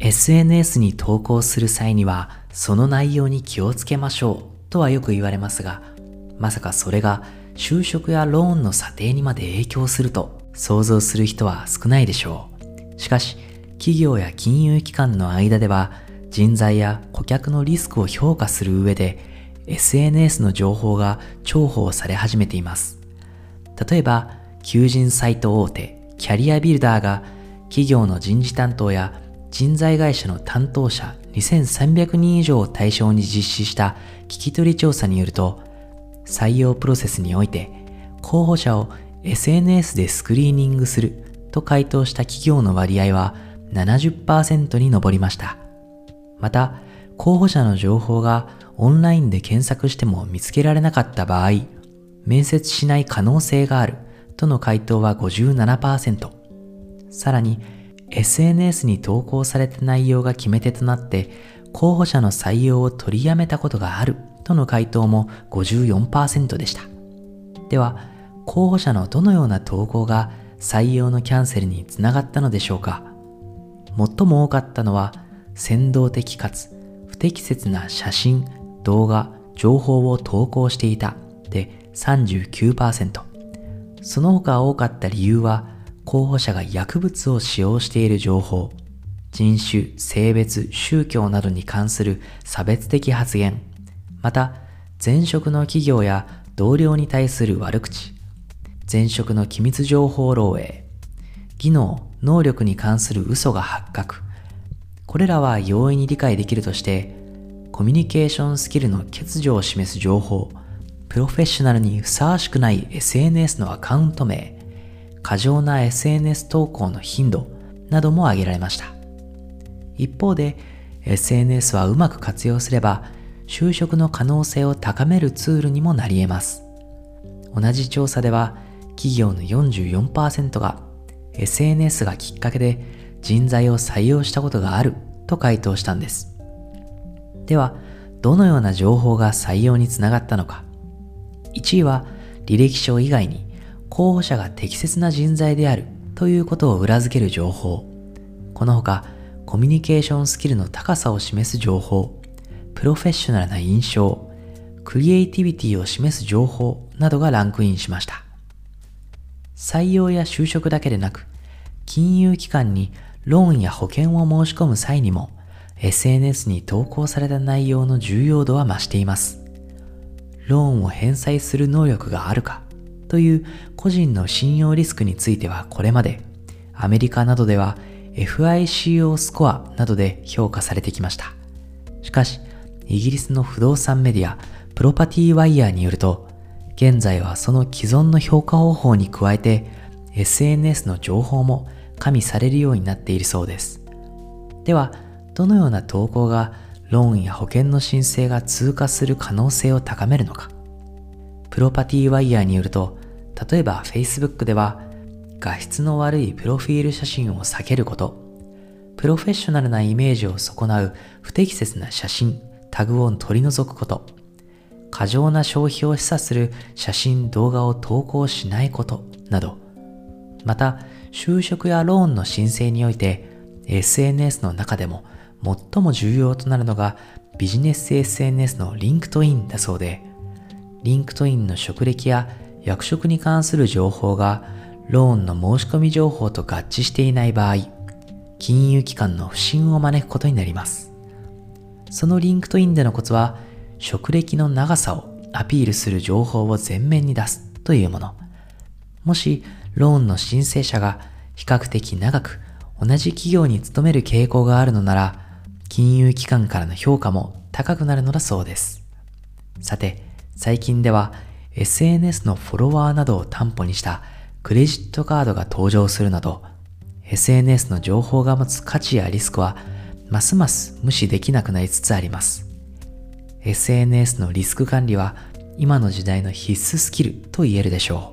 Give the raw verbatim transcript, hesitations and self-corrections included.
エスエヌエス に投稿する際にはその内容に気をつけましょうとはよく言われますが、まさかそれが就職やローンの査定にまで影響すると想像する人は少ないでしょう。しかし企業や金融機関の間では人材や顧客のリスクを評価する上で エスエヌエス の情報が重宝され始めています。例えば求人サイト大手キャリアビルダーが企業の人事担当や人材会社の担当者にせんさんびゃくにん以上を対象に実施した聞き取り調査によると、採用プロセスにおいて候補者を エスエヌエス でスクリーニングすると回答した企業の割合は ななじゅっパーセント に上りました。また候補者の情報がオンラインで検索しても見つけられなかった場合、面接しない可能性があるとの回答は ごじゅうななパーセント。さらに エスエヌエス に投稿された内容が決め手となって候補者の採用を取りやめたことがあるとの回答も ごじゅうよんパーセント でした。では候補者のどのような投稿が採用のキャンセルにつながったのでしょうか。最も多かったのは扇動的かつ不適切な写真、動画、情報を投稿していたで さんじゅうきゅうパーセント。その他多かった理由は候補者が薬物を使用している情報、人種、性別、宗教などに関する差別的発言、また前職の企業や同僚に対する悪口、前職の機密情報漏洩、技能、能力に関する嘘が発覚。これらは容易に理解できるとして、コミュニケーションスキルの欠如を示す情報、プロフェッショナルにふさわしくない エスエヌエス のアカウント名、過剰な エスエヌエス 投稿の頻度なども挙げられました。一方で エスエヌエス はうまく活用すれば就職の可能性を高めるツールにもなり得ます。同じ調査では企業の よんじゅうよんパーセント が エスエヌエス がきっかけで人材を採用したことがあると回答したんです。ではどのような情報が採用につながったのか。いちいは履歴書以外に候補者が適切な人材であるということを裏付ける情報。このほかコミュニケーションスキルの高さを示す情報、プロフェッショナルな印象、クリエイティビティを示す情報などがランクインしました。採用や就職だけでなく、金融機関にローンや保険を申し込む際にも エスエヌエス に投稿された内容の重要度は増しています。ローンを返済する能力があるかという個人の信用リスクについてはこれまでアメリカなどでは エフアイシーオー スコアなどで評価されてきました。しかしイギリスの不動産メディアプロパティワイヤーによると、現在はその既存の評価方法に加えて エスエヌエス の情報も加味されるようになっているそうです。ではどのような投稿がローンや保険の申請が通過する可能性を高めるのか。プロパティワイヤーによると、例えば Facebook では画質の悪いプロフィール写真を避けること、プロフェッショナルなイメージを損なう不適切な写真、タグを取り除くこと、過剰な消費を示唆する写真、動画を投稿しないことなど、また就職やローンの申請において エスエヌエス の中でも最も重要となるのがビジネス エスエヌエス の LinkedIn だそうで、LinkedIn の職歴や役職に関する情報がローンの申し込み情報と合致していない場合、金融機関の不信を招くことになります。その LinkedIn でのコツは、職歴の長さをアピールする情報を前面に出すというもの。もしローンの申請者が比較的長く同じ企業に勤める傾向があるのなら、金融機関からの評価も高くなるのだそうです。さて、最近では エスエヌエス のフォロワーなどを担保にしたクレジットカードが登場するなど、エスエヌエス の情報が持つ価値やリスクはますます無視できなくなりつつあります。エスエヌエス のリスク管理は今の時代の必須スキルと言えるでしょう。